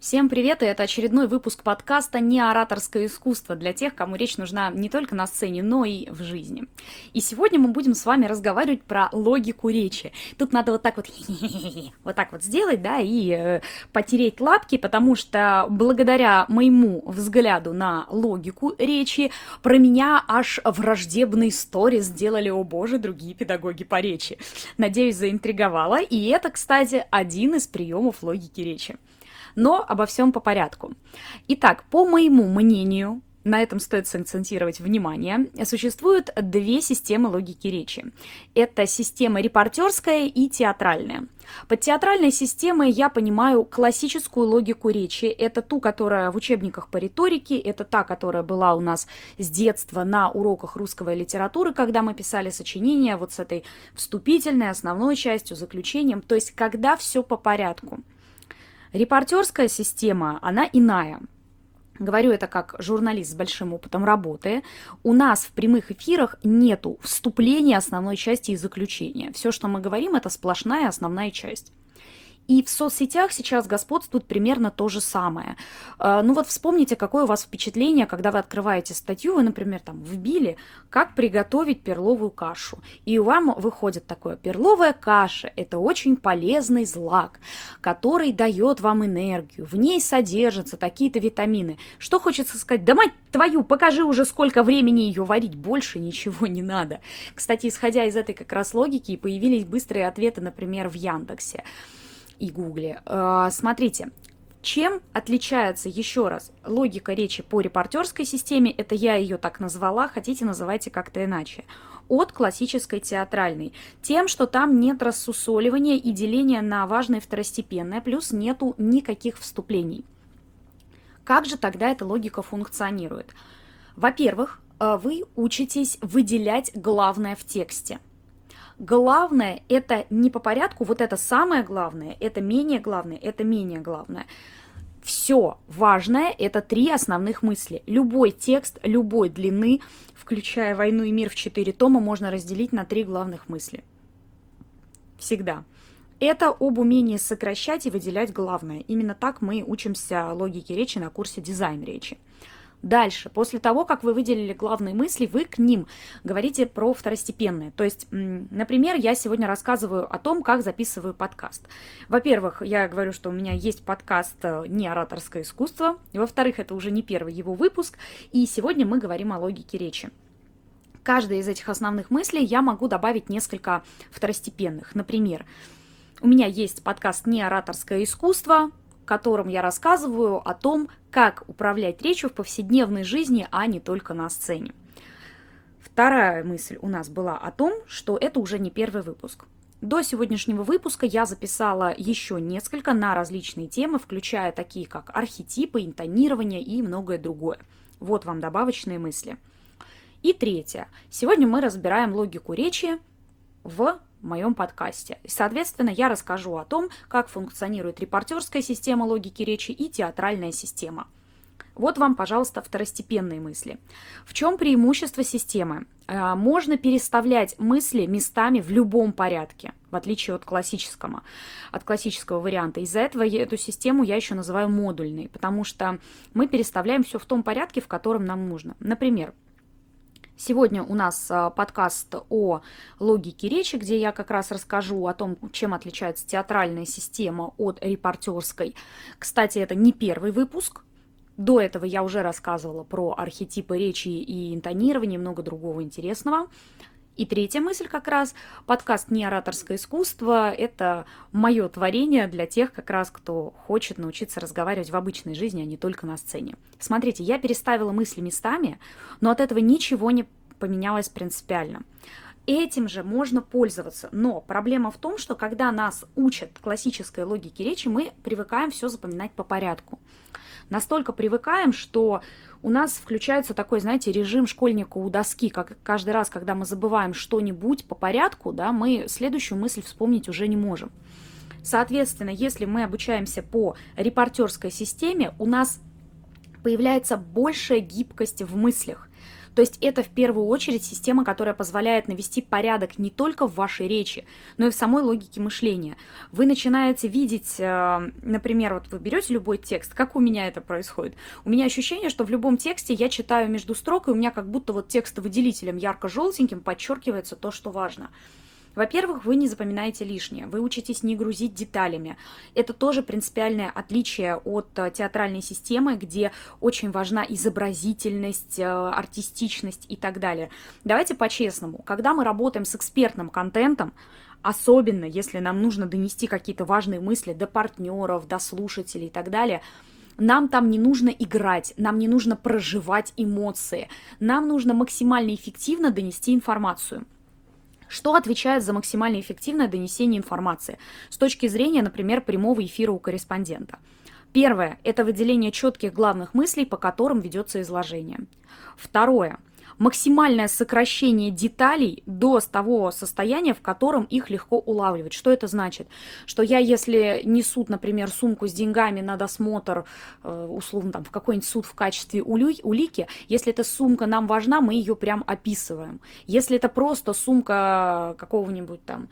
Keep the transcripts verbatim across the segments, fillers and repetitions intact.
Всем привет, и это очередной выпуск подкаста «Неораторское искусство» для тех, кому речь нужна не только на сцене, но и в жизни. И сегодня мы будем с вами разговаривать про логику речи. Тут надо вот так вот вот так вот сделать, да, и э, потереть лапки, потому что благодаря моему взгляду на логику речи про меня аж враждебные сторис сделали, о боже, другие педагоги по речи. Надеюсь, заинтриговала, и это, кстати, один из приемов логики речи. Но обо всем по порядку. Итак, по моему мнению, на этом стоит сакцентировать внимание, существуют две системы логики речи. Это система репортерская и театральная. Под театральной системой я понимаю классическую логику речи. Это ту, которая в учебниках по риторике, это та, которая была у нас с детства на уроках русской литературы, когда мы писали сочинения вот с этой вступительной, основной частью, заключением. То есть, когда все по порядку. Репортерская система, она иная. Говорю это как журналист с большим опытом работы. У нас в прямых эфирах нету вступления, основной части и заключения. Все, что мы говорим, это сплошная основная часть. И в соцсетях сейчас господствует примерно то же самое. Ну вот вспомните, какое у вас впечатление, когда вы открываете статью, вы, например, там вбили, как приготовить перловую кашу. И вам выходит такое: перловая каша – это очень полезный злак, который дает вам энергию. В ней содержатся такие-то витамины. Что хочется сказать? Да мать твою, покажи уже, сколько времени ее варить, больше ничего не надо. Кстати, исходя из этой как раз логики, появились быстрые ответы, например, в Яндексе и Гугле. Смотрите, чем отличается, еще раз, логика речи по репортерской системе, это я ее так назвала, хотите называйте как-то иначе, от классической театральной? Тем, что там нет рассусоливания и деления на важное и второстепенное, плюс нету никаких вступлений. Как же тогда эта логика функционирует? Во-первых, вы учитесь выделять главное в тексте. Главное – это не по порядку, вот это самое главное, это менее главное, это менее главное. Все важное – это три основных мысли. Любой текст, любой длины, включая «Войну и мир» в четыре тома, можно разделить на три главных мысли. Всегда. Это об умении сокращать и выделять главное. Именно так мы учимся логике речи на курсе «Дизайн речи». Дальше, после того, как вы выделили главные мысли, вы к ним говорите про второстепенные. То есть, например, я сегодня рассказываю о том, как записываю подкаст. Во-первых, я говорю, что у меня есть подкаст «Неораторское искусство». Во-вторых, это уже не первый его выпуск. И сегодня мы говорим о логике речи. Каждой из этих основных мыслей я могу добавить несколько второстепенных. Например, у меня есть подкаст «Неораторское искусство», в котором я рассказываю о том, как управлять речью в повседневной жизни, а не только на сцене. Вторая мысль у нас была о том, что это уже не первый выпуск. До сегодняшнего выпуска я записала еще несколько на различные темы, включая такие как архетипы, интонирование и многое другое. Вот вам добавочные мысли. И третье. Сегодня мы разбираем логику речи в в моем подкасте. И, соответственно, я расскажу о том, как функционирует репортерская система логики речи и театральная система. Вот вам, пожалуйста, второстепенные мысли. В чем преимущество системы? Можно переставлять мысли местами в любом порядке, в отличие от классического, от классического варианта. Из-за этого эту систему я еще называю модульной, потому что мы переставляем все в том порядке, в котором нам нужно. Например, сегодня у нас подкаст о логике речи, где я как раз расскажу о том, чем отличается театральная система от репортерской. Кстати, это не первый выпуск. До этого я уже рассказывала про архетипы речи и интонирование, много другого интересного. И третья мысль как раз, подкаст «Неораторское искусство» – это мое творение для тех, как раз, кто хочет научиться разговаривать в обычной жизни, а не только на сцене. Смотрите, я переставила мысли местами, но от этого ничего не поменялось принципиально. Этим же можно пользоваться, но проблема в том, что когда нас учат классической логике речи, мы привыкаем все запоминать по порядку. Настолько привыкаем, что у нас включается такой, знаете, режим школьника у доски, как каждый раз, когда мы забываем что-нибудь по порядку, да, мы следующую мысль вспомнить уже не можем. Соответственно, если мы обучаемся по репортерской системе, у нас появляется большая гибкость в мыслях. То есть это в первую очередь система, которая позволяет навести порядок не только в вашей речи, но и в самой логике мышления. Вы начинаете видеть, например, вот вы берете любой текст, как у меня это происходит. У меня ощущение, что в любом тексте я читаю между строк, и у меня как будто вот текстовыделителем ярко-желтеньким подчеркивается то, что важно. Во-первых, вы не запоминаете лишнее, вы учитесь не грузить деталями. Это тоже принципиальное отличие от театральной системы, где очень важна изобразительность, артистичность и так далее. Давайте по-честному, когда мы работаем с экспертным контентом, особенно если нам нужно донести какие-то важные мысли до партнеров, до слушателей и так далее, нам там не нужно играть, нам не нужно проживать эмоции, нам нужно максимально эффективно донести информацию. Что отвечает за максимально эффективное донесение информации с точки зрения, например, прямого эфира у корреспондента? Первое – это выделение четких главных мыслей, по которым ведется изложение. Второе – максимальное сокращение деталей до того состояния, в котором их легко улавливать. Что это значит? Что я, если несут, например, сумку с деньгами на досмотр, условно, там, в какой-нибудь суд в качестве улики, если эта сумка нам важна, мы ее прям описываем. Если это просто сумка какого-нибудь там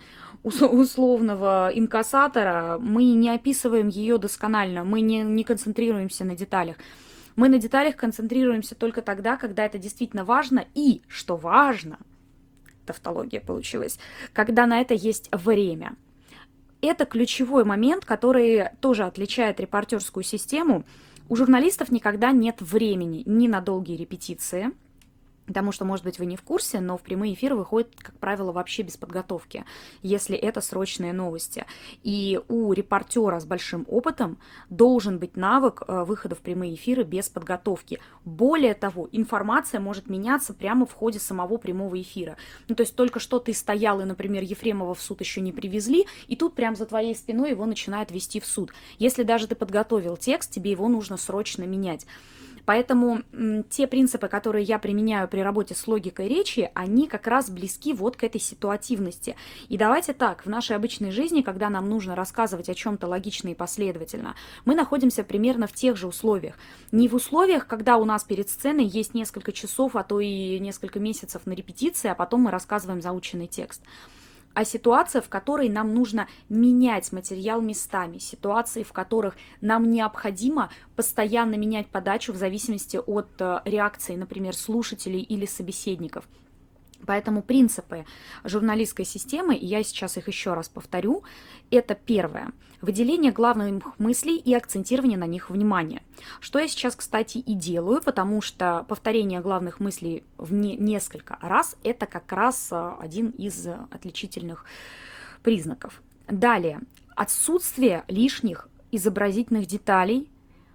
условного инкассатора, мы не описываем ее досконально, мы не, не концентрируемся на деталях. Мы на деталях концентрируемся только тогда, когда это действительно важно, и, что важно, тавтология получилась, когда на это есть время. Это ключевой момент, который тоже отличает репортерскую систему. У журналистов никогда нет времени ни на долгие репетиции, потому что, может быть, вы не в курсе, но в прямые эфиры выходят, как правило, вообще без подготовки, если это срочные новости. И у репортера с большим опытом должен быть навык выхода в прямые эфиры без подготовки. Более того, информация может меняться прямо в ходе самого прямого эфира. Ну, то есть только что ты стоял, и, например, Ефремова в суд еще не привезли, и тут прямо за твоей спиной его начинают вести в суд. Если даже ты подготовил текст, тебе его нужно срочно менять. Поэтому м, те принципы, которые я применяю при работе с логикой речи, они как раз близки вот к этой ситуативности. И давайте так, в нашей обычной жизни, когда нам нужно рассказывать о чем-то логично и последовательно, мы находимся примерно в тех же условиях. Не в условиях, когда у нас перед сценой есть несколько часов, а то и несколько месяцев на репетиции, а потом мы рассказываем заученный текст. А ситуация, в которой нам нужно менять материал местами, ситуации, в которых нам необходимо постоянно менять подачу в зависимости от реакции, например, слушателей или собеседников. Поэтому принципы журналистской системы, и я сейчас их еще раз повторю, это первое – выделение главных мыслей и акцентирование на них внимания. Что я сейчас, кстати, и делаю, потому что повторение главных мыслей в не, несколько раз – это как раз один из отличительных признаков. Далее, отсутствие лишних изобразительных деталей.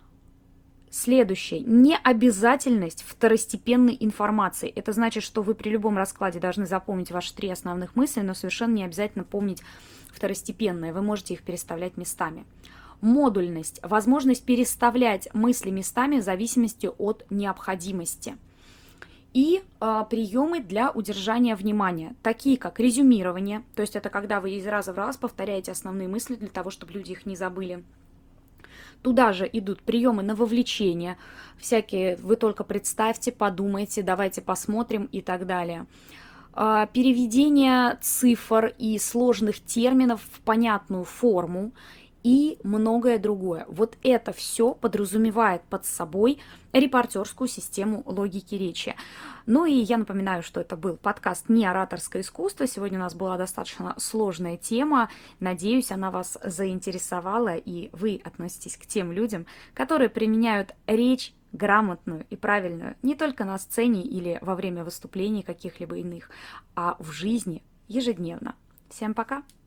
Следующее. Необязательность второстепенной информации. Это значит, что вы при любом раскладе должны запомнить ваши три основных мысли, но совершенно не обязательно помнить второстепенные. Вы можете их переставлять местами. Модульность. Возможность переставлять мысли местами в зависимости от необходимости. И э, приемы для удержания внимания, такие как резюмирование, то есть это когда вы из раза в раз повторяете основные мысли для того, чтобы люди их не забыли. Туда же идут приемы на вовлечение, всякие, вы только представьте, подумайте, давайте посмотрим и так далее. Переведение цифр и сложных терминов в понятную форму и многое другое. Вот это все подразумевает под собой репортерскую систему логики речи. Ну и я напоминаю, что это был подкаст «Не ораторское искусство». Сегодня у нас была достаточно сложная тема. Надеюсь, она вас заинтересовала, и вы относитесь к тем людям, которые применяют речь грамотную и правильную не только на сцене или во время выступлений каких-либо иных, а в жизни ежедневно. Всем пока!